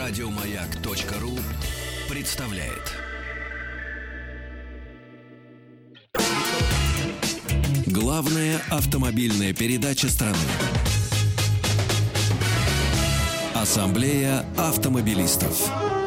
Радиомаяк.ру представляет. Главная автомобильная передача страны. Ассамблея автомобилистов.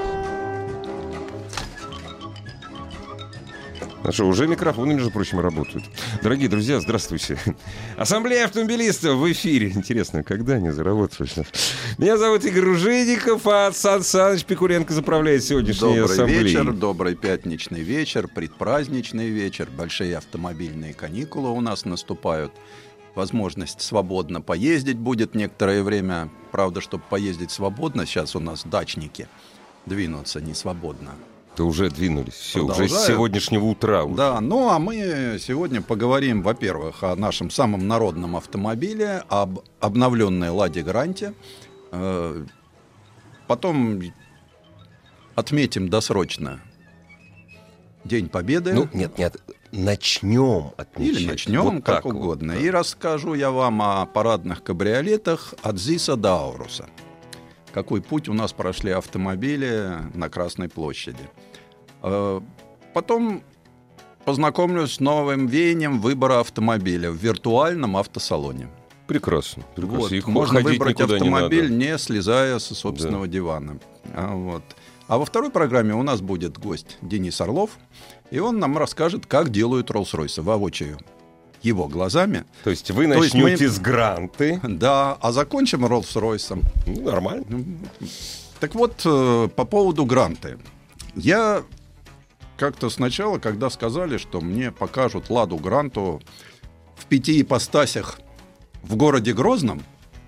А что, уже микрофоны, между прочим, работают. Дорогие друзья, здравствуйте. Ассамблея автомобилистов в эфире. Интересно, когда они заработают? Меня зовут Игорь Ружейников, а Сан Саныч Пикуленко заправляет сегодняшней ассамблеей. Добрый вечер, добрый пятничный вечер, предпраздничный вечер. Большие автомобильные каникулы у нас наступают. Возможность свободно поездить будет некоторое время. Правда, чтобы поездить свободно, сейчас у нас дачники двинутся не свободно. То уже двинулись. Все, уже с сегодняшнего утра. Уже. Да, ну а мы сегодня поговорим, во-первых, о нашем самом народном автомобиле, об обновленной «Ладе Гранте». Потом отметим досрочно День Победы. Ну, нет, начнем отмечать. Или начнем, вот как угодно. Вот, да. И расскажу я вам о парадных кабриолетах от ЗИСа до Ауруса. Какой путь у нас прошли автомобили на Красной площади. Потом познакомлюсь с новым веянием выбора автомобиля в виртуальном автосалоне. Прекрасно. Вот, можно выбрать автомобиль, не слезая со собственного дивана. А во второй программе у нас будет гость Денис Орлов, и он нам расскажет, как делают Роллс-Ройсы воочию. Его глазами. То есть вы начнете с Гранты. Да, а закончим Роллс-Ройсом. Нормально. Так вот, по поводу Гранты. Я как-то сначала, когда сказали, что мне покажут «Ладу Гранту» в 5 ипостасях в городе Грозном,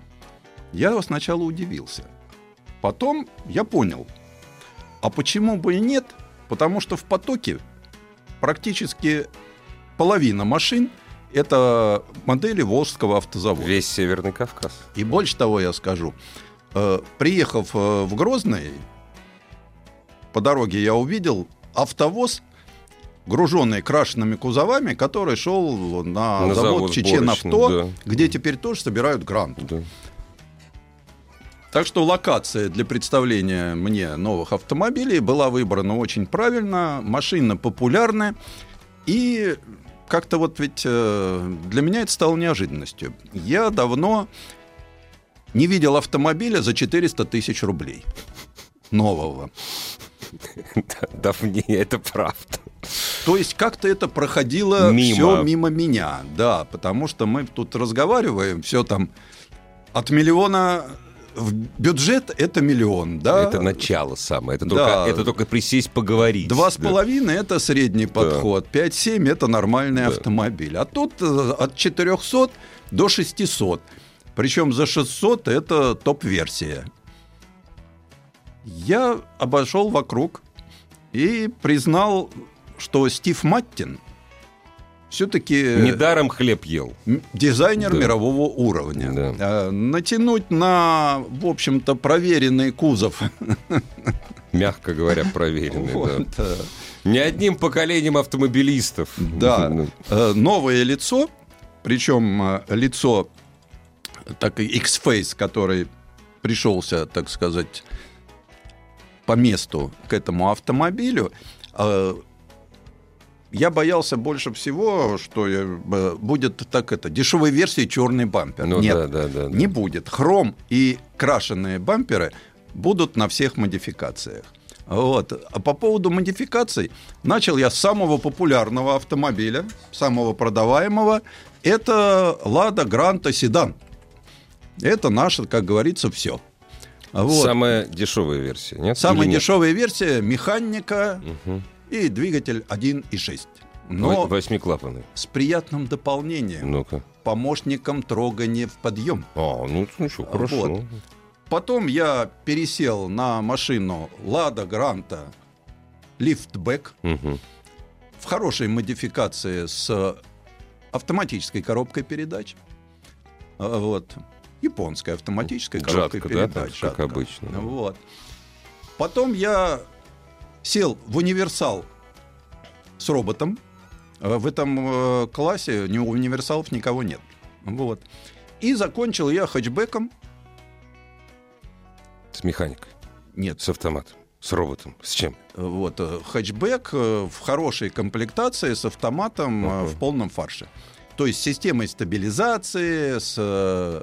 я сначала удивился. Потом я понял, а почему бы и нет? Потому что в потоке практически половина машин — это модели Волжского автозавода. Весь Северный Кавказ. И больше того я скажу. Приехав в Грозный, по дороге я увидел автовоз, груженный крашенными кузовами, который шел на завод Чечен-Авто, да, где теперь тоже собирают Гранту. Да. Так что локация для представления мне новых автомобилей была выбрана очень правильно. Машина популярная. И как-то вот ведь для меня это стало неожиданностью. Я давно не видел автомобиля за 400 тысяч рублей. Нового. Давнее, это правда. То есть как-то это проходило все мимо меня. Да, потому что мы тут разговариваем, все там от миллиона... В бюджет — это миллион, да? Это начало самое. Это только присесть поговорить. 2,5 да. — это средний подход. Да. 5-7 — это нормальный автомобиль. А тут от 400 до 600. Причем за 600 — это топ-версия. Я обошел вокруг и признал, что Стив Маттин все-таки... Недаром хлеб ел. Дизайнер мирового уровня. Да. Натянуть на, в общем-то, проверенный кузов. Мягко говоря, проверенный. Вот. Да. Не одним поколением автомобилистов. Да. Новое лицо, причем лицо так X-Face, который пришелся, так сказать, по месту к этому автомобилю. Я боялся больше всего, что будет дешевой версии черный бампер. Нет, не будет. Хром и крашеные бамперы будут на всех модификациях. Вот. А по поводу модификаций, начал я с самого популярного автомобиля, самого продаваемого. Это «Лада Гранта седан». Это наше, как говорится, все. Вот. Самая дешевая версия, нет? Самая дешевая версия — механика. Угу. И двигатель 1.6. Но 8-клапанный. С приятным дополнением. Ну-ка. Помощником трогания в подъем. Ну что, хорошо. Вот. Потом я пересел на машину «Лада Гранта» лифтбэк. Угу. В хорошей модификации с автоматической коробкой передач. Вот. Японская автоматическая коробка передач. Да, как обычно. Вот. Потом я сел в универсал с роботом. В этом классе универсалов никого нет. Вот. И закончил я хэтчбеком. С механикой. Нет. С автоматом, с роботом, с чем? Вот, хэтчбэк в хорошей комплектации с автоматом в полном фарше. То есть с системой стабилизации, с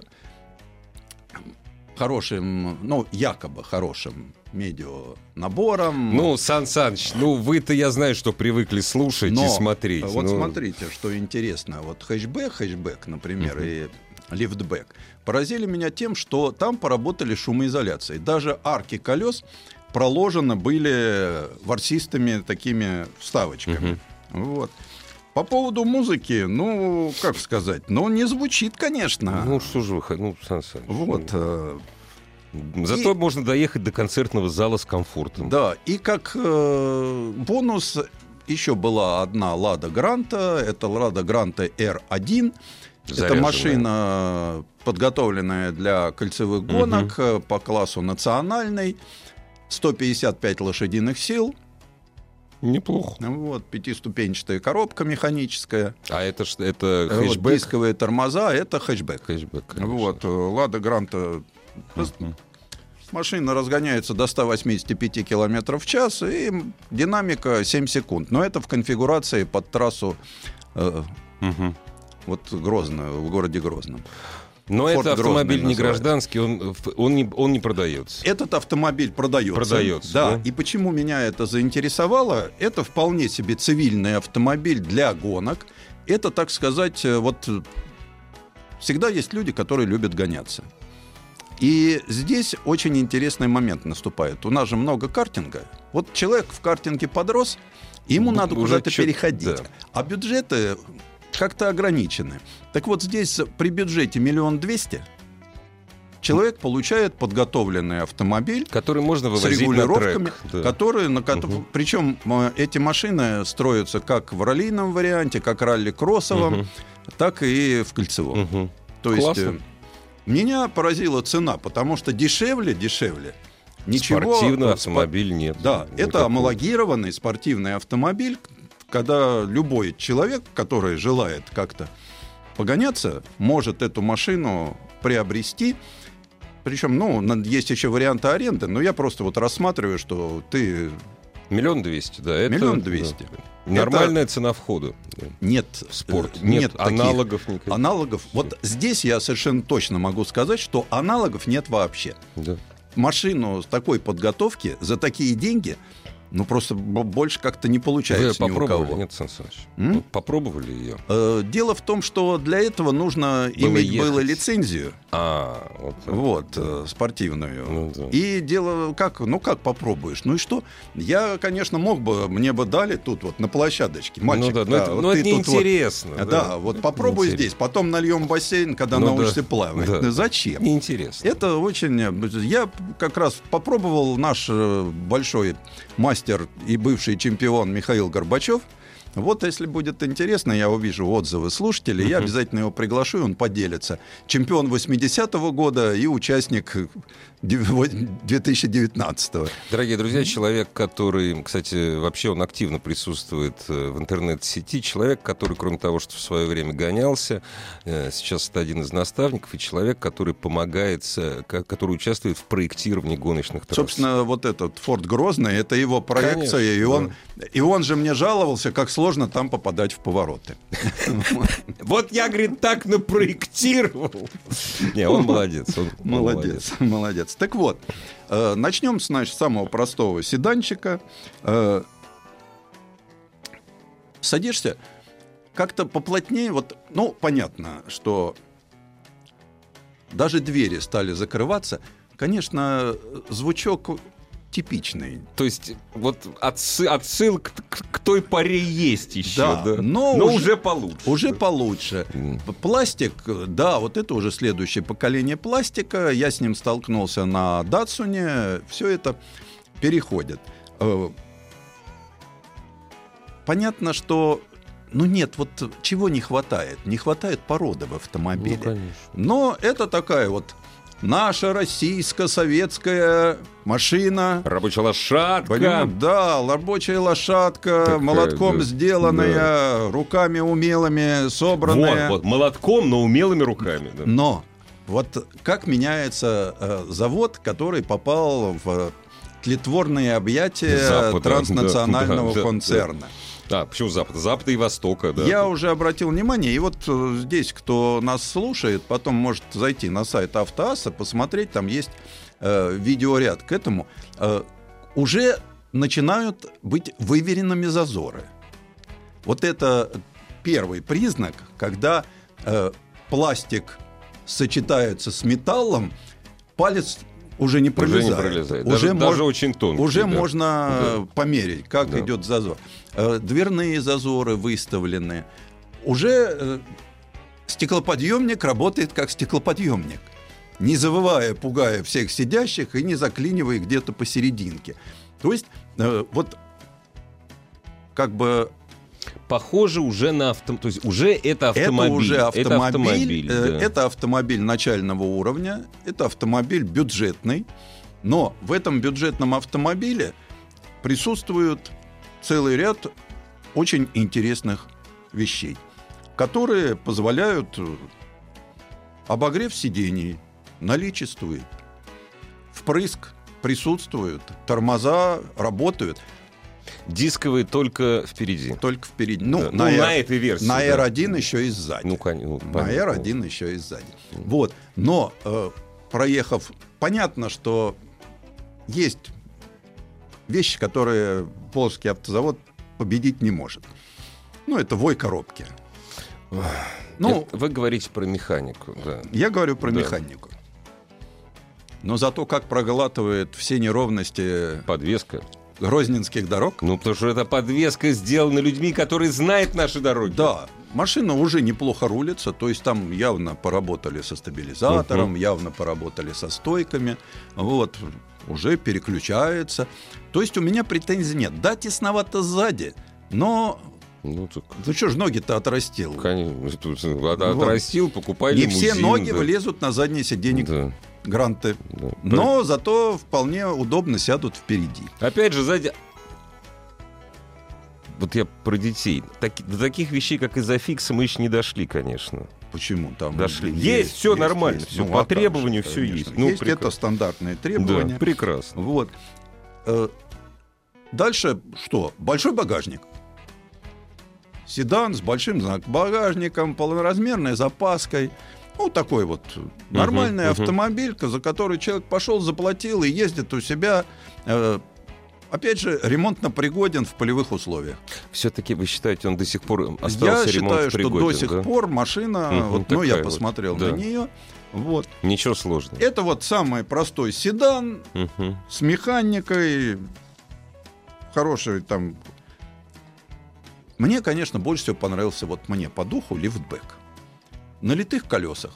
хорошим, ну, якобы хорошим медианабором. Ну, Сан Саныч, ну вы-то, я знаю, что привыкли слушать и смотреть. Вот смотрите, что интересно. Вот хэтчбэк, например, и лифтбэк поразили меня тем, что там поработали шумоизоляцией. Даже арки колес проложены были ворсистыми такими вставочками. Вот. По поводу музыки, ну, как сказать, ну, не звучит, конечно. Ну, что же вы, ну, Сан Саныч. Вот. Зато можно доехать до концертного зала с комфортом. Да, и как бонус еще была одна Лада Гранта. Это Лада Гранта R1. Это машина, подготовленная для кольцевых гонок по классу национальной. 155 лошадиных сил. Неплохо. Вот, 5-ступенчатая коробка механическая. А это хэтчбэк? Вот, дисковые тормоза, это хэтчбэк. Вот, Лада Гранта. Машина разгоняется до 185 км в час, и динамика 7 секунд. Но это в конфигурации под трассу вот Грозно, в городе Грозном. Но это автомобиль не называется. гражданский, он не продается. Этот автомобиль продается. Да. И почему меня это заинтересовало? Это вполне себе цивильный автомобиль для гонок. Это, так сказать, вот всегда есть люди, которые любят гоняться. И здесь очень интересный момент наступает. У нас же много картинга. Вот человек в картинге подрос, ему надо куда-то переходить. Да. А бюджеты как-то ограничены. Так вот здесь при бюджете 1 200 000 человек получает подготовленный автомобиль, который можно вывозить с регулировками, на трек. Да. Причем эти машины строятся как в раллийном варианте, как ралли-кроссовом, так и в кольцевом. То есть меня поразила цена, потому что дешевле ничего. Спортивный автомобиль нет. Да, это амалогированный спортивный автомобиль, когда любой человек, который желает как-то погоняться, может эту машину приобрести. Причем, есть еще варианты аренды, но я просто вот рассматриваю, что ты... 1 200 000, да. Это 1 200 000. Нормальная цена входа. Нет. В спорт. Нет аналогов никаких. Аналогов. Вот здесь я совершенно точно могу сказать, что аналогов нет вообще. Да. Машину с такой подготовки за такие деньги... просто больше как-то не получается Вы ни у кого. Нет, Сан Саныч? Попробовали ее? Дело в том, что для этого нужно иметь лицензию. Спортивную. Ну, да. И дело как попробуешь. Ну и что? Я, конечно, мне бы дали тут вот на площадочке. Мальчик, но это неинтересно. Да, вот попробуй здесь, потом нальем бассейн, когда научишься плавать. Да. Зачем? Неинтересно. Это очень... Я как раз попробовал, наш большой мастер и бывший чемпион Михаил Горбачев. Вот если будет интересно, я увижу отзывы слушателей, я обязательно его приглашу, он поделится. Чемпион 80-го года и участник 2019-го. Дорогие друзья, человек, который, кстати, вообще он активно присутствует в интернет-сети, человек, который, кроме того, что в свое время гонялся, сейчас это один из наставников, и человек, который помогает, который участвует в проектировании гоночных трасс. Собственно, вот этот Форд Грозный, это его проекция, конечно, и он же мне жаловался, как сложно там попадать в повороты. Вот я, говорит, так напроектировал. Не, он молодец. Молодец. Так вот, начнем с самого простого седанчика. Садишься, как-то поплотнее. Понятно, что даже двери стали закрываться. Конечно, звучок типичный. То есть вот отсыл к той паре есть еще, да. Но уже получше. Уже получше. Пластик, да, вот это уже следующее поколение пластика. Я с ним столкнулся на Датсуне. Все это переходит. Понятно, что нет, вот чего не хватает? Не хватает породы в автомобиле. Конечно. Но это такая вот наша российско-советская машина. Рабочая лошадка. Да, рабочая лошадка, такая, молотком сделанная, руками умелыми собранная. Вот, молотком, но умелыми руками. Да. Но вот как меняется завод, который попал в тлетворные объятия Запада, транснационального да, концерна. Почему Запада? Запада и Востока, да. Я уже обратил внимание, и вот здесь, кто нас слушает, потом может зайти на сайт АвтоАСА, посмотреть, там есть видеоряд к этому. Уже начинают быть выверенными зазоры. Вот это первый признак, когда пластик сочетается с металлом, палец уже не пролезает. Даже очень тонкий. Уже можно померить, как идет зазор. Дверные зазоры выставлены. Уже стеклоподъемник работает как стеклоподъемник, не завывая, пугая всех сидящих и не заклинивая где-то посерединке. То есть вот как бы... Похоже уже на автомобиль. То есть уже это автомобиль. Это уже автомобиль. Да. Это автомобиль начального уровня. Это автомобиль бюджетный. Но в этом бюджетном автомобиле присутствует целый ряд очень интересных вещей, которые позволяют... Обогрев сидений наличествует. Впрыск присутствует. Тормоза работают. Дисковые только впереди. Только впереди. На этой версии. На R1 еще и сзади. На R1 еще и сзади. Вот. Но, проехав, понятно, что есть вещи, которые Волжский автозавод победить не может. Это вой коробки. Вы говорите про механику. Да. Я говорю про механику. Но зато как проглатывает все неровности... Подвеска. Грозненских дорог. Потому что эта подвеска сделана людьми, которые знают наши дороги. Да, машина уже неплохо рулится, то есть там явно поработали со стабилизатором, явно поработали со стойками, вот, уже переключается. То есть у меня претензий нет. Да, тесновато сзади, но... что ж, ноги-то отрастил. Конечно, отрастил, покупай лимузин. Не все ноги влезут на заднее сиденье Гранты. Но зато вполне удобно сядут впереди. Опять же, сзади... Вот я про детей. До таких вещей, как изофиксы, мы еще не дошли, конечно. Почему? Там дошли. Есть, все нормально. Все по требованию все есть. Есть это стандартные требования. Да, прекрасно. Вот. Дальше что? Большой багажник. Седан с большим багажником, полноразмерной запаской. Такой вот нормальный автомобиль, за который человек пошел, заплатил и ездит у себя. Опять же, ремонтно пригоден в полевых условиях. Все-таки вы считаете, он до сих пор остался ремонтно пригоден? Я считаю, что до сих пор машина, я посмотрел на нее. Вот. Ничего сложного. Это вот самый простой седан с механикой, хороший там. Мне, конечно, больше всего понравился мне по духу лифтбэк. На литых колесах,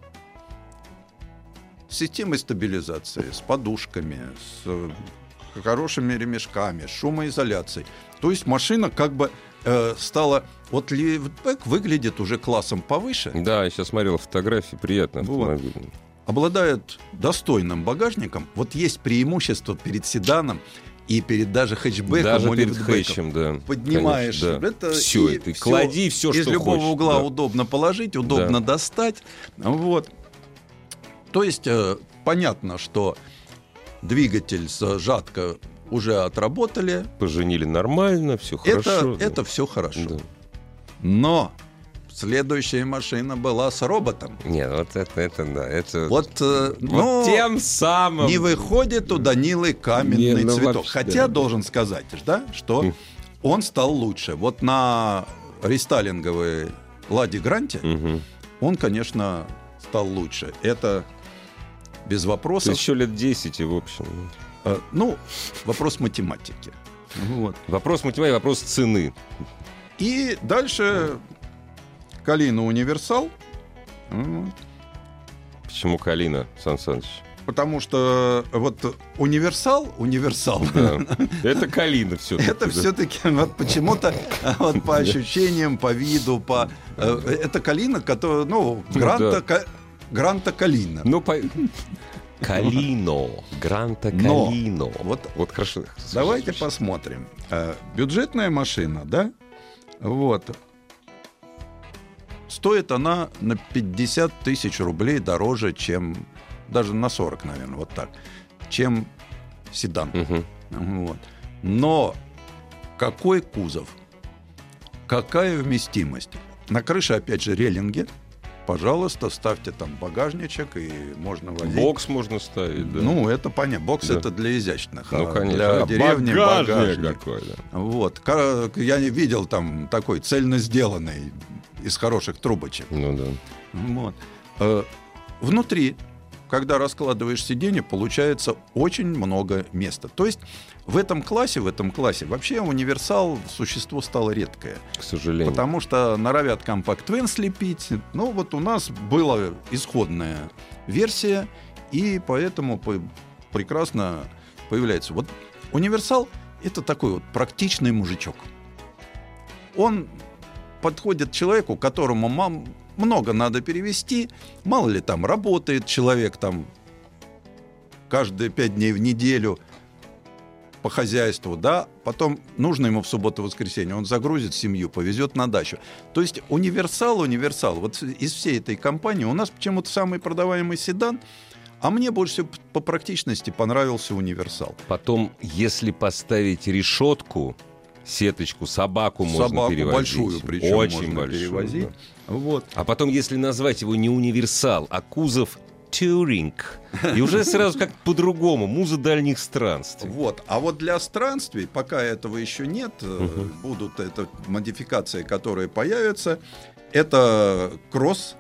с системой стабилизации, с подушками, с хорошими ремешками, с шумоизоляцией. То есть машина как бы стала... Вот лифтбэк выглядит уже классом повыше. Да, я сейчас смотрел фотографии, приятный автомобиль. Обладает достойным багажником. Вот есть преимущество перед седаном и перед даже хэтчбеком. Даже перед хэтчем, да. Поднимаешь. Конечно, да. Это все, ты клади все, что хочешь. Из любого угла удобно положить, удобно достать. Вот. То есть понятно, что двигатель с жатко уже отработали. Поженили нормально, все хорошо. Это все хорошо. Да. Но следующая машина была с роботом. Нет, вот это да. Это... Вот тем самым... Не выходит у Данилы каменный цветок. Вообще, хотя должен сказать, что он стал лучше. Вот на рестайлинговой Ладе Гранте он, конечно, стал лучше. Это без вопросов. То есть еще лет 10, в общем. Вопрос математики. Вот. Вопрос математики, вопрос цены. И дальше Калина Универсал. Почему Калина, Сан Саныч? Потому что вот универсал. Да. Это Калина все-таки. Это все-таки почему-то по ощущениям, по виду, это Калина, которая, Гранта Калина. Калино, Гранта Калино. Вот хорошо. Давайте посмотрим. Бюджетная машина, да? Вот. Стоит она на 50 тысяч рублей дороже, чем... Даже на 40, наверное, вот так. Чем седан. Вот. Но какой кузов? Какая вместимость? На крыше, опять же, рейлинги. Пожалуйста, ставьте там багажничек, и можно возить. Бокс можно ставить, да. Ну, это понятно. Бокс Да. это для изящных. Ну, а конечно. для деревни багажник. какой, да. Вот. Я не видел там такой цельно сделанный из хороших трубочек. Ну да. Вот. Внутри, когда раскладываешь сиденье, получается очень много места. То есть в этом классе вообще универсал существо стало редкое. К сожалению. Потому что норовят компакт-вен слепить. Ну вот у нас была исходная версия, и поэтому прекрасно появляется. Вот универсал — это такой вот практичный мужичок. Он подходит человеку, которому много надо перевезти, мало ли там работает человек там каждые 5 дней в неделю по хозяйству, да, потом нужно ему в субботу-воскресенье, он загрузит семью, повезет на дачу. То есть универсал, вот из всей этой компании у нас почему-то самый продаваемый седан, а мне больше всего по практичности понравился универсал. Потом, если поставить решетку, сеточку, собаку можно перевозить. Большую, причем очень можно большую, перевозить. да. Вот. А потом, если назвать его не универсал, а кузов Тьюринг, и уже сразу как по-другому, муза дальних странствий. Вот. А вот для странствий, пока этого еще нет, будут это модификации, которые появятся. Это кросс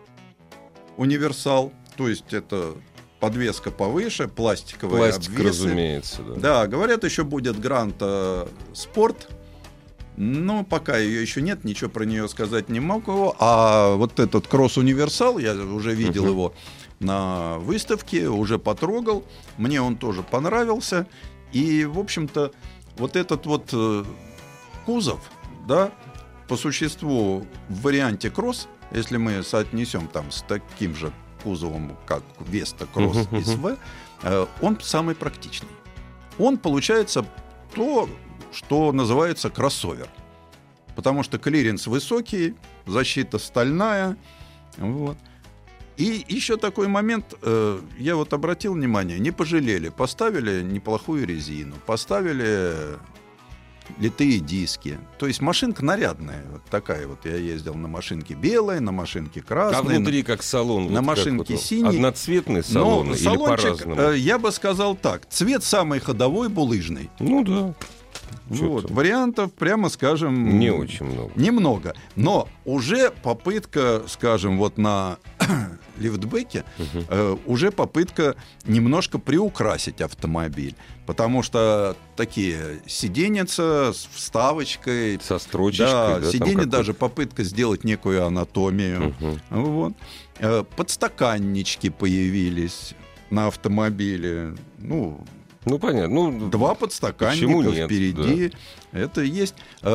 универсал, то есть это подвеска повыше, пластиковые Пластик, обвесы. разумеется, да. Да, говорят, еще будет Грант Спорт. Но пока ее еще нет, ничего про нее сказать не могу. А вот этот кросс-универсал, я уже видел его на выставке, уже потрогал. Мне он тоже понравился. И, в общем-то, вот этот вот кузов, да, по существу в варианте кросс, если мы соотнесем там с таким же кузовом, как Веста Кросс СВ, он самый практичный. Он получается то, что называется кроссовер. Потому что клиренс высокий, защита стальная. Вот. И еще такой момент, я вот обратил внимание, не пожалели. Поставили неплохую резину, поставили литые диски. То есть машинка нарядная. Вот такая вот. Я ездил на машинке белой, на машинке красной. А внутри как салон? На вот машинке вот, синий. Одноцветный салон Но или салончик, по-разному? я бы сказал так. Цвет самый ходовой, булыжный. Ну да. Вот. Вариантов, прямо скажем, Не очень много. Немного. Но уже попытка, скажем, вот на лифтбеке, уже попытка немножко приукрасить автомобиль. Потому что такие сиденьица с вставочкой. Со строчечкой. Да, да, сиденье там даже попытка сделать некую анатомию. Вот. Подстаканнички появились на автомобиле. Ну, понятно. Ну, 2 подстаканника почему нет, впереди. Это есть.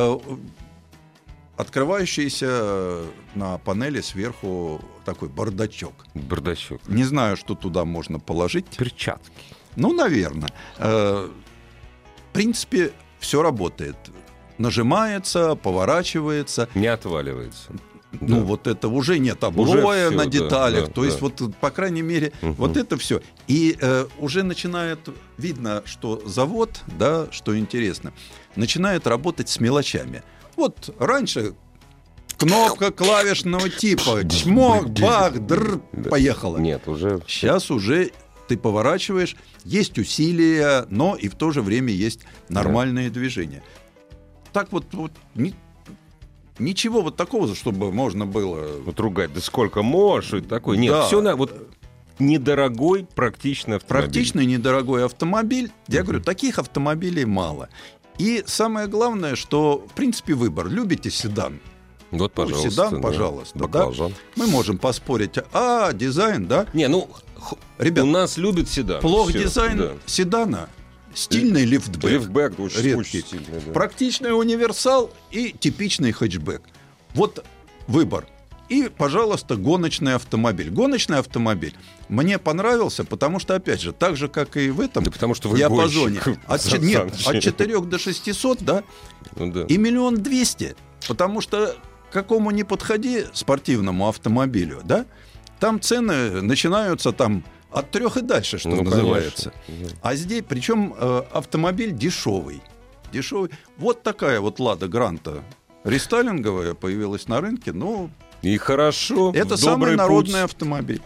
Открывающийся на панели сверху такой бардачок. Бардачок. Не знаю, что туда можно положить. Перчатки. Ну, наверное. В принципе, все работает. Нажимается, поворачивается. Не отваливается. Ну, Да. вот это уже нет облоя всё, на да, деталях. да, То есть, вот, по крайней мере, вот это все. И уже начинает, видно, что завод, да, что интересно, начинает работать с мелочами. Вот раньше кнопка клавишного типа, чмок, бах, др, поехала. Нет, уже... Сейчас уже ты поворачиваешь, есть усилия, но и в то же время есть нормальные движения. Так вот ничего вот такого, чтобы можно было... Вот ругать, да сколько можешь, и такой. Нет, Да. все на... Вот недорогой, практичный автомобиль. Практичный, недорогой автомобиль. Я говорю, таких автомобилей мало. И самое главное, что, в принципе, выбор. Любите седан? Вот, пожалуйста. Седан, да. пожалуйста. Да? Баклажан. Мы можем поспорить. Дизайн, да? Не, ну, Ребят, у нас любят седан. плох Всё, дизайн да. седана. Стильный лифтбэк. Лифтбэк очень Редкий. стильный, да. Практичный универсал и типичный хэтчбэк. Вот выбор. И, пожалуйста, гоночный автомобиль. Гоночный автомобиль мне понравился, потому что, опять же, так же, как и в этом Да потому что вы диапазоне. гонщик, От Сан 4 до 600, да, Ну да. и 1 200 000. Потому что к какому ни подходи спортивному автомобилю, да, там цены начинаются там от 3 и дальше, что называется. Конечно. А здесь, причем автомобиль дешевый. Вот такая вот «Лада Гранта» рестайлинговая появилась на рынке. Ну, и хорошо. Это самый народный автомобиль.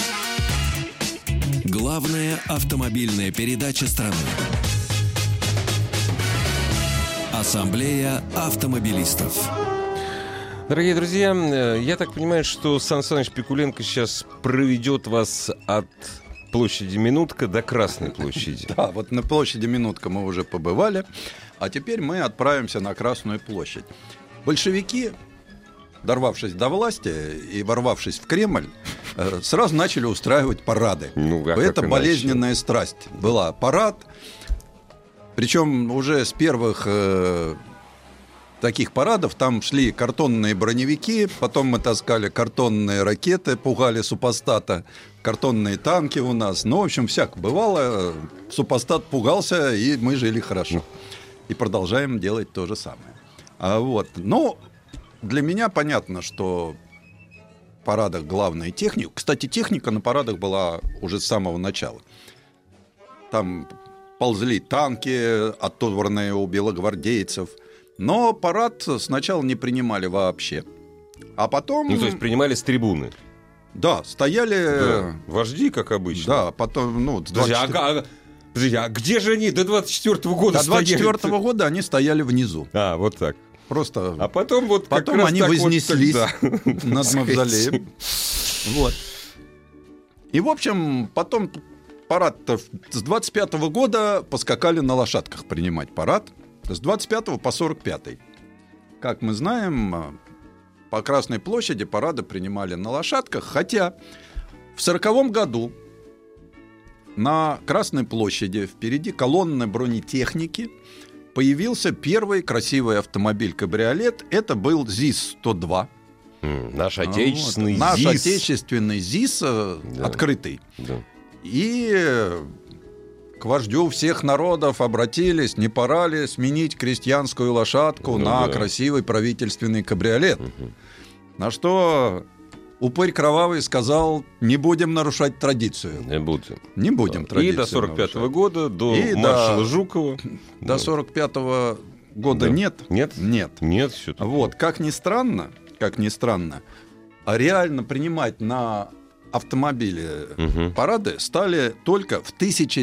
Главная автомобильная передача страны. Ассамблея автомобилистов. Дорогие друзья, я так понимаю, что Сан Саныч Пикуленко сейчас проведет вас от площади Минутка до Красной площади. Да, вот на площади Минутка мы уже побывали, а теперь мы отправимся на Красную площадь. Большевики, дорвавшись до власти и ворвавшись в Кремль, сразу начали устраивать парады. Это болезненная страсть была. Парад, причем уже с первых таких парадов там шли картонные броневики, потом мы таскали картонные ракеты, пугали супостата, картонные танки у нас. Ну, в общем, всяко бывало. Супостат пугался, и мы жили хорошо. И продолжаем делать то же самое. Ну, для меня понятно, что в парадах главная техника. Кстати, техника на парадах была уже с самого начала. Там ползли танки, оторванные у белогвардейцев. Но парад сначала не принимали вообще. А потом... Ну, то есть принимали с трибуны. Да, стояли... Вожди, как обычно. Да, потом... Подожди, а где же они до 24-го года стояли? До 24-го года они стояли внизу. Вот так. Просто... А потом вот как потом раз они вознеслись над мавзолеем. Вот. И, в общем, потом парад-то с 25-го года поскакали на лошадках принимать парад. С 25 по 45. Как мы знаем, по Красной площади парады принимали на лошадках, хотя в 40-м году на Красной площади впереди колонны бронетехники появился первый красивый автомобиль-кабриолет. Это был ЗИС-102. Наш отечественный ЗИС. Наш отечественный ЗИС, открытый. Да. И... к вождю всех народов обратились, не пора ли сменить крестьянскую лошадку на красивый правительственный кабриолет. На что упырь кровавый сказал: не будем нарушать традицию. Не будем традицию. И до 45-го года, до маршала Жукова. До 45-го года нет. Нет? Нет. Вот, как ни странно, а реально принимать на автомобили парады стали только в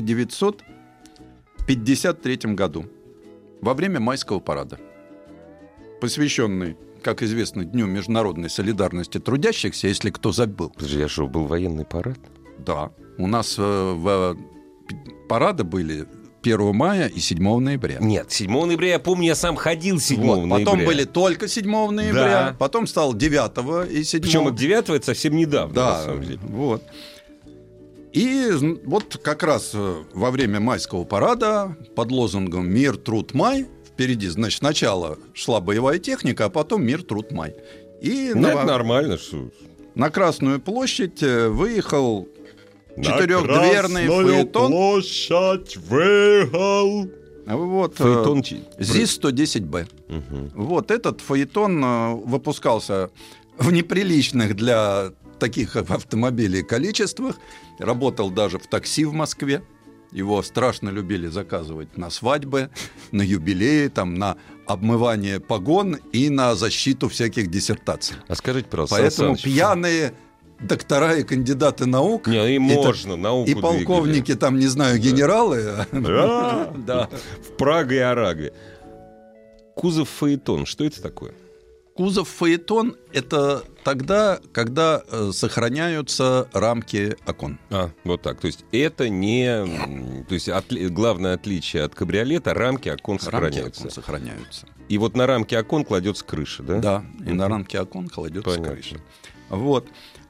1953 году, во время майского парада, посвященный, как известно, Дню международной солидарности трудящихся, если кто забыл. Подожди, а что, был военный парад? Да, у нас парады были 1 мая и 7 ноября. Нет, 7 ноября, я помню, я сам ходил 7 ноября. Потом были только 7 ноября, потом стал 9 и 7. Причем от 9 это совсем недавно, да, на самом деле. Вот. И вот как раз во время майского парада под лозунгом «Мир, труд, май» впереди, значит, сначала шла боевая техника, а потом «Мир, труд, май». И это нормально. Что... На Красную площадь выехал четырехдверный фаэтон. Площадь выехал. Вот, ЗИС-110Б. Вот этот фаэтон выпускался в неприличных для таких автомобилей количествах. Работал даже в такси в Москве. Его страшно любили заказывать на свадьбы, на юбилеи, там, на обмывание погон и на защиту всяких диссертаций. А скажите, пожалуйста, поэтому пьяные доктора и кандидаты наук, науку и полковники, там, не знаю, генералы. Да, в Праге и Араге. Кузов фаэтон, что это такое? Кузов фаэтон — это тогда, когда сохраняются рамки окон. Вот так. То есть это не... То есть главное отличие от кабриолета — рамки окон сохраняются. Рамки окон сохраняются. И вот на рамки окон кладется крыша, да? Да, и на рамки окон кладется крыша. Вот.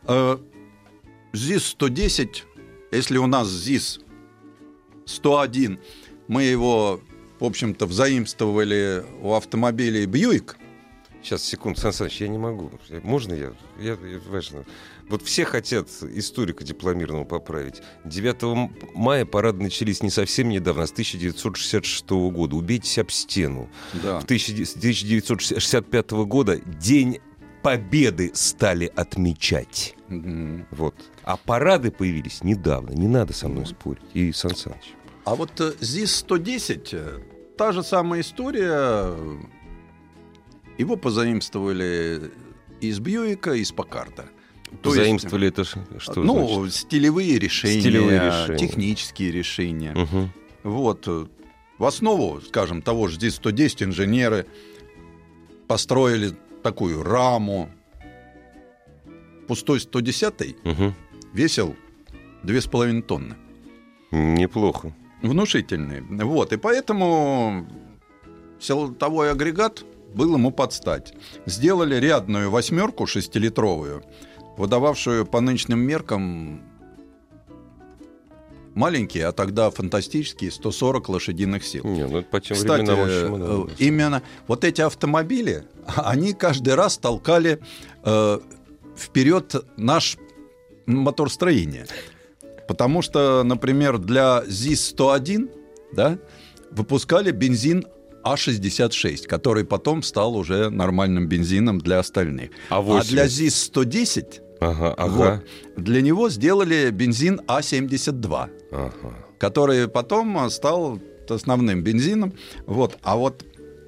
ЗИС-110, если у нас ЗИС-101, мы его, в общем-то, взаимствовали у автомобилей Бьюик. Сейчас, секунду, Сан Саныч, я не могу. Можно я? Важно. Вот все хотят историка дипломированного поправить. 9 мая парады начались не совсем недавно, а с 1966 года. Убейтесь об стену. Да. С 1965 года день победы стали отмечать. Вот. А парады появились недавно. Не надо со мной спорить. И Сан Саныч. А вот ЗИС-110, та же самая история. Его позаимствовали из Бьюика, из Паккарда. Позаимствовали это что значит? Стилевые решения, технические решения. Угу. Вот. В основу, скажем, того же ЗИС-110 инженеры построили такую раму. Пустой 110-й весил 2,5 тонны. Неплохо. Внушительный. Вот. И поэтому силовой агрегат был ему под стать. Сделали рядную восьмерку 6-литровую, выдававшую по нынешним меркам маленькие, а тогда фантастические 140 лошадиных сил. Не, ну это по тем Кстати, временам очень много. именно вот эти автомобили, они каждый раз толкали вперед наш моторстроение. Потому что, например, для ЗИС-101, да, выпускали бензин А66, который потом стал уже нормальным бензином для остальных. А для ЗИС-110 вот, для него сделали бензин А72, который потом стал основным бензином. Вот. А вот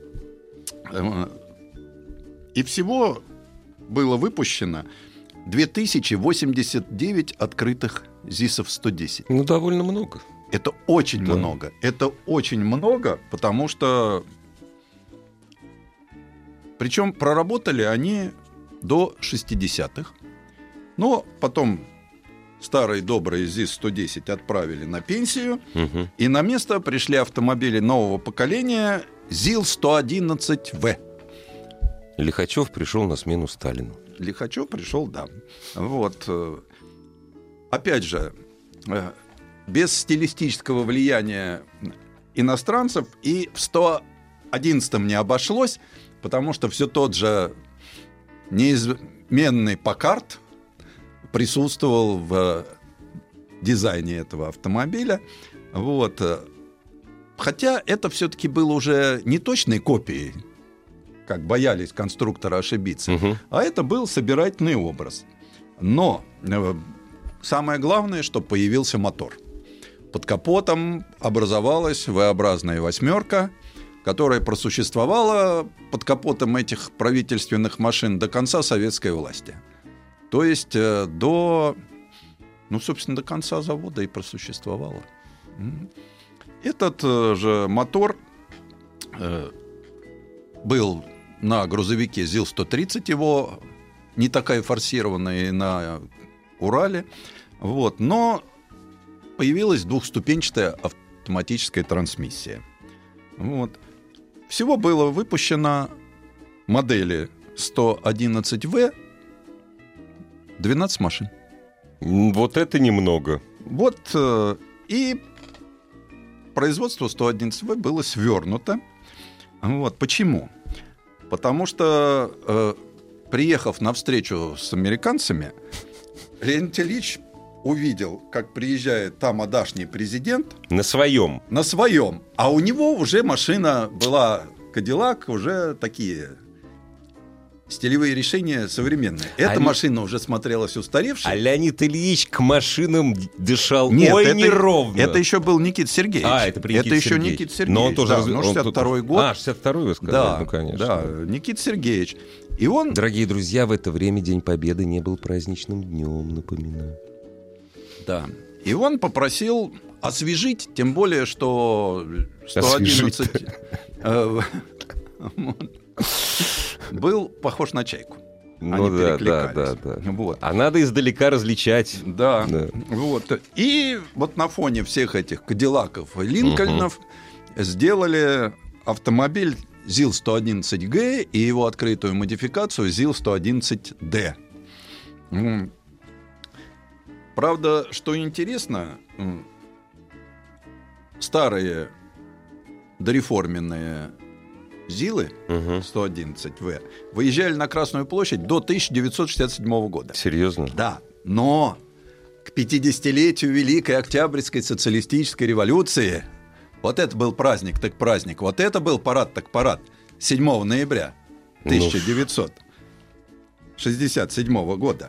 и всего было выпущено 2089 открытых ЗИСов-110. Ну, довольно много. Это очень много. Это очень много, потому что... Причем проработали они до 60-х. Но потом старые добрые ЗИС-110 отправили на пенсию. И на место пришли автомобили нового поколения ЗИЛ-111В. Лихачев пришел на смену Сталину. Лихачев пришел, да. Вот. Опять же, без стилистического влияния иностранцев и в 111-м не обошлось, потому что все тот же неизменный Паккард присутствовал в дизайне этого автомобиля. Вот. Хотя это все-таки было уже не точной копией, как боялись конструкторы ошибиться, а это был собирательный образ. Но самое главное, что появился мотор. Под капотом образовалась V-образная восьмерка, которая просуществовала под капотом этих правительственных машин до конца советской власти. То есть до, собственно, до конца завода и просуществовала. Этот же мотор был на грузовике ЗИЛ-130, его не такая форсированная на Урале. Вот. Но появилась двухступенчатая автоматическая трансмиссия. Вот. Всего было выпущено модели 111В 12 машин. Вот это немного. Вот. И производство 111В было свернуто. Вот. Почему? Потому что, приехав на встречу с американцами, Леонид Ильич увидел, как приезжает тамошний президент. На своем. На своем. А у него уже машина была Кадиллак, уже такие стилевые решения современные. Эта машина уже смотрелась устаревшей. А Леонид Ильич к машинам дышал неровно. Это еще был Никита Сергеевич. Это при Никите еще Сергеевич. Никита Сергеевич. Но он тоже 62-й год. 62-й вы сказали? Да, ну, конечно. Да, Никита Сергеевич. И он... Дорогие друзья, в это время День Победы не был праздничным днем, напоминаю. Да. И он попросил освежить, тем более, что 111 был похож на чайку. Ну да. Вот. А надо издалека различать. Да. Вот. И вот на фоне всех этих Кадиллаков и Линкольнов сделали автомобиль ЗИЛ-111Г и его открытую модификацию ЗИЛ-111Д. Правда, что интересно, старые дореформенные ЗИЛы 111В выезжали на Красную площадь до 1967 года. Серьезно? Да. Но к 50-летию Великой Октябрьской социалистической революции вот это был праздник так праздник, вот это был парад так парад 7 ноября 1900. 1967 года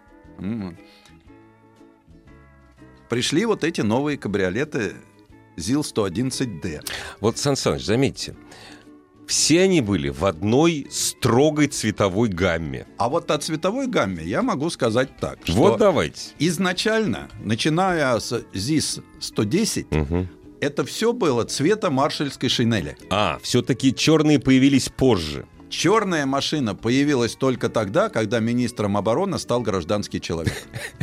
пришли вот эти новые кабриолеты ЗИЛ-111Д. Вот, Сан Саныч, заметьте, все они были в одной строгой цветовой гамме. А вот о цветовой гамме я могу сказать так, что Вот давайте. изначально, начиная с ЗИС-110, это все было цвета маршальской шинели. Все-таки черные появились позже. Черная машина появилась только тогда, когда министром обороны стал гражданский человек.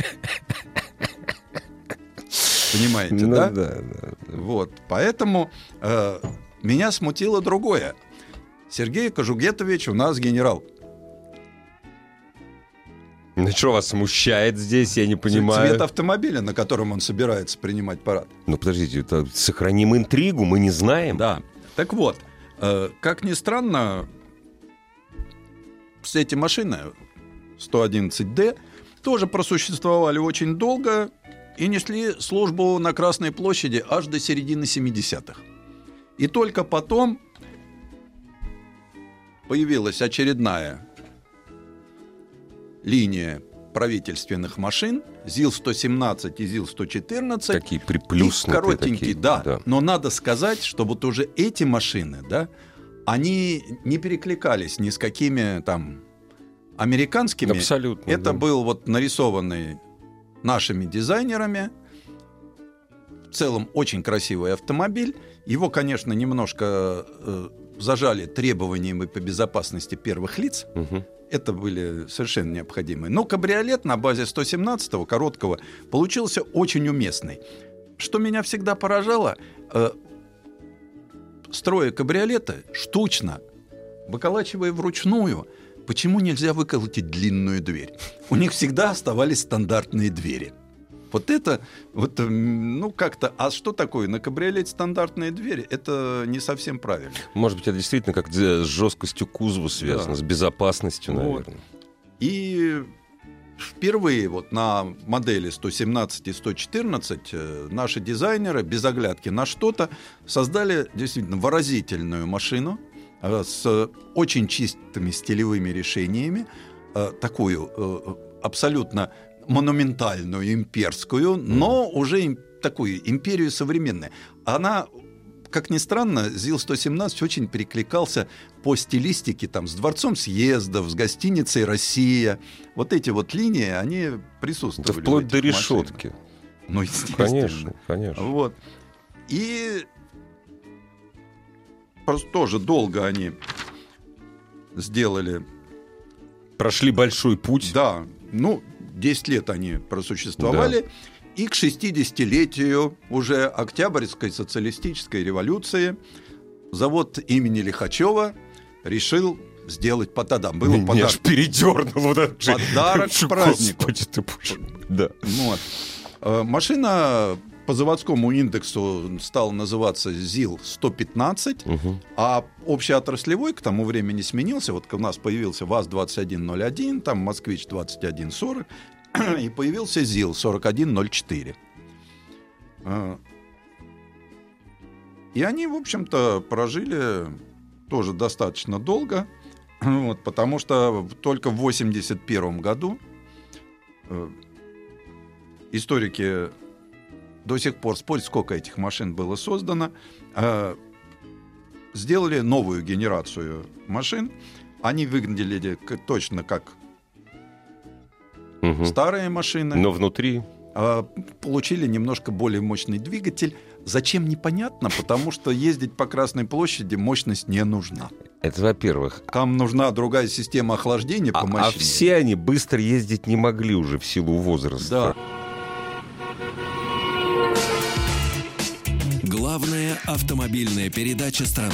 Понимаете, да? Да. Вот, поэтому меня смутило другое. Сергей Кожугетович у нас генерал. Ну что вас смущает здесь, я не понимаю. Цвет автомобиля, на котором он собирается принимать парад. Ну подождите, это сохраним интригу, мы не знаем. Да. Так вот, как ни странно, все эти машины 111Д тоже просуществовали очень долго и несли службу на Красной площади аж до середины 70-х. И только потом появилась очередная линия правительственных машин ЗИЛ-117 и ЗИЛ-114. Такие приплюснутые. Коротенькие, такие, да. Но надо сказать, что вот уже эти машины, да, они не перекликались ни с какими там американскими. Абсолютно. Это был вот нарисованный нашими дизайнерами в целом очень красивый автомобиль. Его, конечно, немножко зажали требованиями по безопасности первых лиц. Это были совершенно необходимые. Но кабриолет на базе 117-го, короткого, получился очень уместный. Что меня всегда поражало, строя кабриолеты штучно, выколачивая вручную, почему нельзя выколотить длинную дверь? У них всегда оставались стандартные двери. Вот это, вот, ну как-то, а что такое? На кабриолете стандартные двери, это не совсем правильно. Может быть, это действительно как с жесткостью кузова связано, с безопасностью, наверное. Вот. И впервые вот на модели 117 и 114 наши дизайнеры, без оглядки на что-то, создали действительно выразительную машину с очень чистыми стилевыми решениями, такую абсолютно монументальную, имперскую, но уже такую империю современную. Она, как ни странно, ЗИЛ-117 очень перекликался по стилистике там, с Дворцом съездов, с гостиницей «Россия». Вот эти вот линии, они присутствовали. Это вплоть до машинах. решетки. Ну, естественно. Конечно. Вот. И просто тоже долго они сделали. Прошли большой путь. Да, 10 лет они просуществовали. Да. И к 60-летию уже Октябрьской социалистической революции завод имени Лихачева решил сделать подарок. Был Меня аж передернуло. Подарок к празднику. Господи ты боже. Да. Вот. Машина по заводскому индексу стала называться ЗИЛ-115, а общеотраслевой к тому времени сменился. Вот у нас появился ВАЗ-2101, там Москвич-2140, и появился ЗИЛ-4104. И они, в общем-то, прожили тоже достаточно долго, вот, потому что только в 1981 году историки до сих пор спорят, сколько этих машин было создано, сделали новую генерацию машин. Они выглядели точно как старые машины. Но внутри получили немножко более мощный двигатель. Зачем, непонятно, потому что ездить по Красной площади мощность не нужна. Это во-первых. Там нужна другая система охлаждения помощнее. А все они быстро ездить не могли уже в силу возраста. Да. Главная автомобильная передача страны.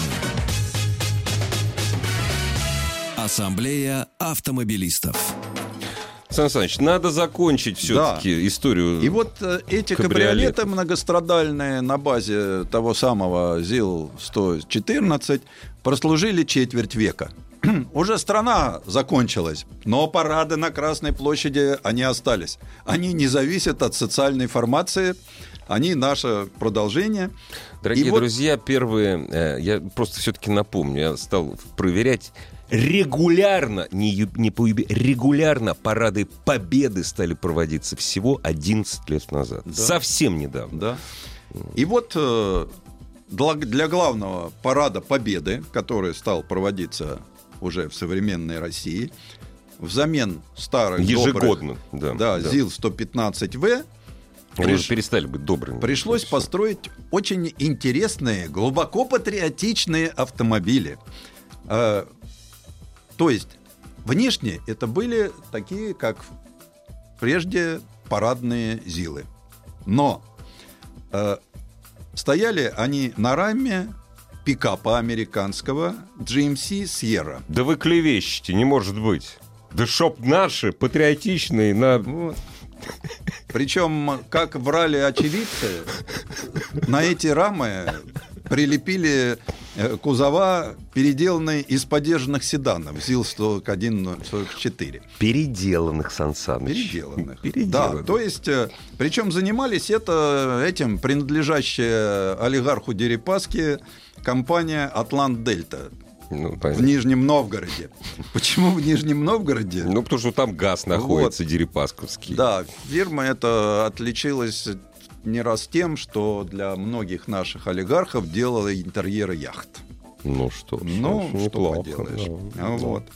Ассамблея автомобилистов. Сан Саныч, надо закончить все-таки историю. И вот эти кабриолеты многострадальные на базе того самого ЗИЛ-114 прослужили четверть века. Уже страна закончилась, но парады на Красной площади, они остались. Они не зависят от социальной формации, они наше продолжение. Дорогие друзья, первые, я просто все-таки напомню, я стал проверять. регулярно, регулярно парады Победы стали проводиться всего 11 лет назад. Да. Совсем недавно. Да. И вот для главного парада Победы, который стал проводиться уже в современной России, взамен старых ежегодно, добрых, ЗИЛ-115В они уже перестали быть добрыми. пришлось построить очень интересные, глубоко патриотичные автомобили. То есть внешне это были такие, как прежде парадные ЗИЛы. Но стояли они на раме пикапа американского GMC Sierra. Да вы клевещете, не может быть. Да чтоб наши, патриотичные, Вот. Причем, как врали очевидцы, на эти рамы прилепили кузова, переделанные из подержанных седанов ЗИЛ-141-44. переделанных, Сан Саныч. Переделанных. Переделанных. Да, то есть, причем занимались этим принадлежащая олигарху Дерипаске компания «Атлант Дельта». Ну, В Нижнем Новгороде. Почему в Нижнем Новгороде? Ну, потому что там газ находится, Дерипасковский. Да, фирма эта отличилась не раз тем, что для многих наших олигархов делала интерьеры яхт. Ну что ж, Ну, что неплохо, поделаешь. да. Вот.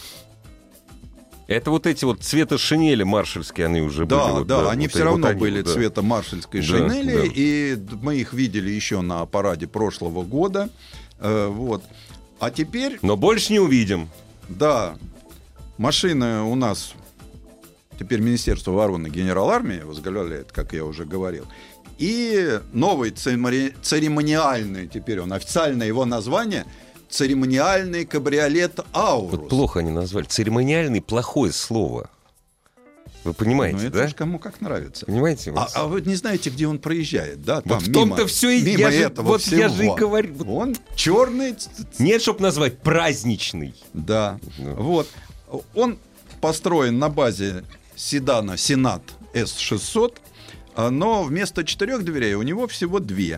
Это вот эти вот цвета шинели маршальские, они уже были. Да, вот, да, они вот все равно вот они, были да. цвета маршальской Да, шинели, да. и мы их видели еще на параде прошлого года. Вот. А теперь, Но больше не увидим. да, машины у нас теперь Министерство обороны, генерал армии возглавляет, как я уже говорил. И новый церемониальный, теперь он официальное его название, церемониальный кабриолет «Аурус». Вот плохо они назвали. Церемониальный — плохое слово. Вы понимаете, Ну, это да? ж кому как нравится. Понимаете? Вот. А вы не знаете, где он проезжает, да? Там Вот в том-то мимо- все и мимо я же, этого вот я всего. же и говорю. Вот Он черный. нет, чтобы назвать праздничный. Да. Ну. Вот. Он построен на базе седана Сенат S600, но вместо 4 дверей у него всего 2.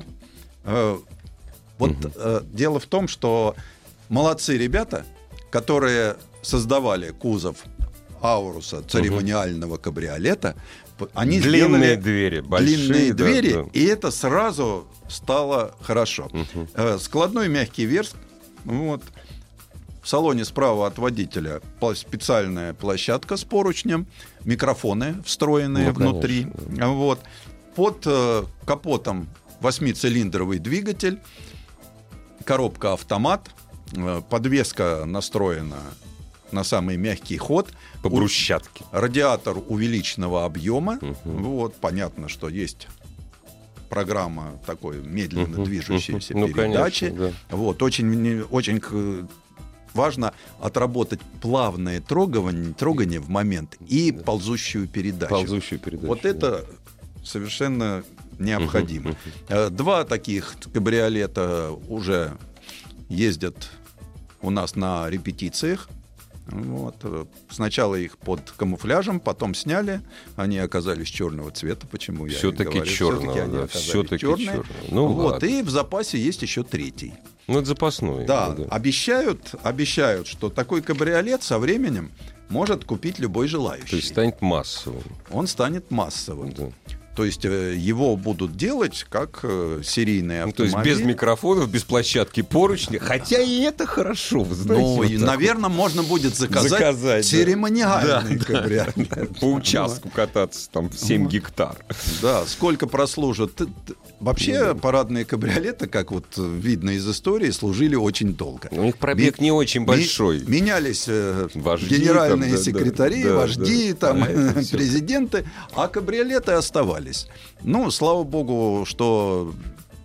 Дело в том, что молодцы ребята, которые создавали кузов Ауруса, церемониального кабриолета, они Длинные сделали двери, большие. длинные да, двери, да. и это сразу стало хорошо. Складной мягкий верх. Вот. В салоне справа от водителя специальная площадка с поручнем, микрофоны встроенные Ну, внутри. Вот. Под капотом 8-цилиндровый двигатель, коробка автомат, подвеска настроена на самый мягкий ход. По брусчатке. Радиатор увеличенного объема. Вот, понятно, что есть программа такой медленно движущейся Ну, передачи. конечно, да. Вот, очень важно отработать плавное трогание в момент и ползущую передачу. Ползущую передачу. Вот это совершенно необходимо. 2 таких кабриолета уже ездят у нас на репетициях. Вот. Сначала их под камуфляжем, потом сняли. Они оказались черного цвета. Почему я Все-таки говорю? черного, Все-таки они да, оказались все-таки черные. черного. Ну, вот. ладно. И в запасе есть еще 3-й. Ну, это запасной. Да, ну, обещают, что такой кабриолет со временем может купить любой желающий. То есть станет массовым. Он станет массовым. Да. То есть его будут делать как серийный Ну, то автомобиль. есть без микрофонов, без площадки поручни. Хотя и это хорошо, вы знаете. Ну, вот и, так наверное, можно будет заказать да. церемониальный Да, кабриолет. да. По участку кататься, там, в 7 гектар. Да, сколько прослужат. Вообще, парадные кабриолеты, как вот видно из истории, служили очень долго. У них пробег не очень большой. Менялись Вожди генеральные там, да, секретари, да, вожди, да. там, А это всё. президенты, а кабриолеты оставались. Ну, слава богу, что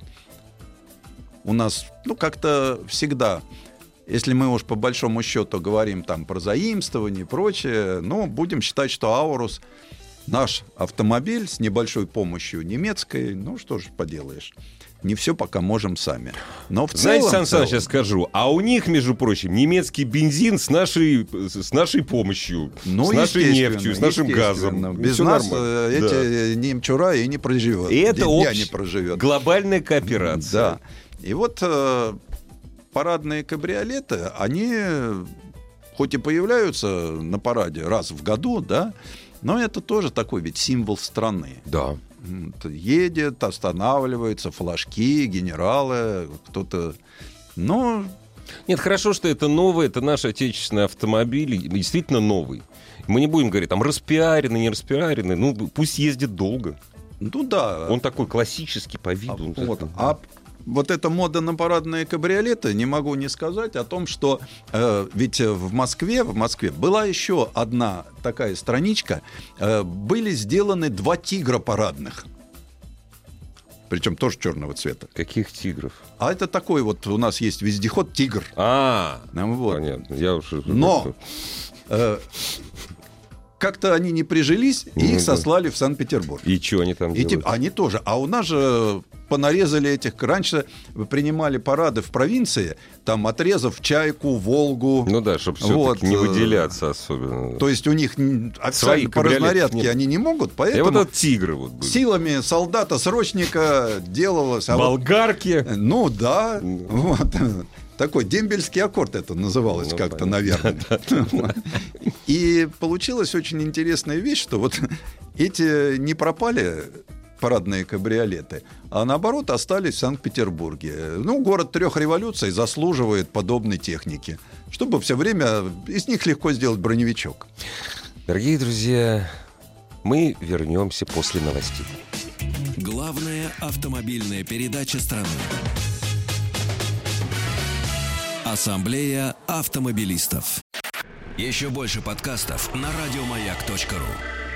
у нас, как-то всегда, если мы уж по большому счету говорим там про заимствование и прочее, будем считать, что Аурус наш автомобиль с небольшой помощью немецкой, что ж поделаешь. Не все пока можем сами. Но в Знаете, целом... Сан Саныч, я скажу, а у них, между прочим, немецкий бензин с нашей помощью, с нашей естественно, нефтью, с нашим газом. естественно. И Без всё нас нормально. эти немчура и не проживет. И это дня не проживет. глобальная кооперация. Да. И вот парадные кабриолеты, они хоть и появляются на параде раз в году, да, но это тоже такой ведь символ страны. Да. Едет, останавливается, флажки, генералы, кто-то... Но... Нет, хорошо, что это новый, это наш отечественный автомобиль, действительно новый. Мы не будем говорить, там, распиаренный, не распиаренный, ну, пусть ездит долго. Ну да. Он такой классический по виду. Вот эта мода на парадные кабриолеты, не могу не сказать о том, что ведь в Москве была еще одна такая страничка, были сделаны 2 тигра парадных. Причем тоже черного цвета. Каких тигров? А это такой вот у нас есть вездеход «Тигр». Вот. Понятно. Я уже... Но как-то они не прижились, и их сослали в Санкт-Петербург. И что они там делают? Они тоже. А у нас же понарезали этих. Раньше принимали парады в провинции, там отрезав Чайку, Волгу. Ну да, чтобы все-таки не выделяться особенно. То есть у них официально по разнарядке они не могут, поэтому... И вот этот тигры вот были. Силами солдата-срочника делалось... Болгарки. Ну да, вот. Такой дембельский аккорд это называлось как-то, наверное. И получилась очень интересная вещь, что вот эти не пропали парадные кабриолеты, а наоборот остались в Санкт-Петербурге. Ну, город 3 революций заслуживает подобной техники, чтобы все время из них легко сделать броневичок. Дорогие друзья, мы вернемся после новостей. Главная автомобильная передача страны. Ассамблея автомобилистов. Еще больше подкастов на радиомаяк.ру.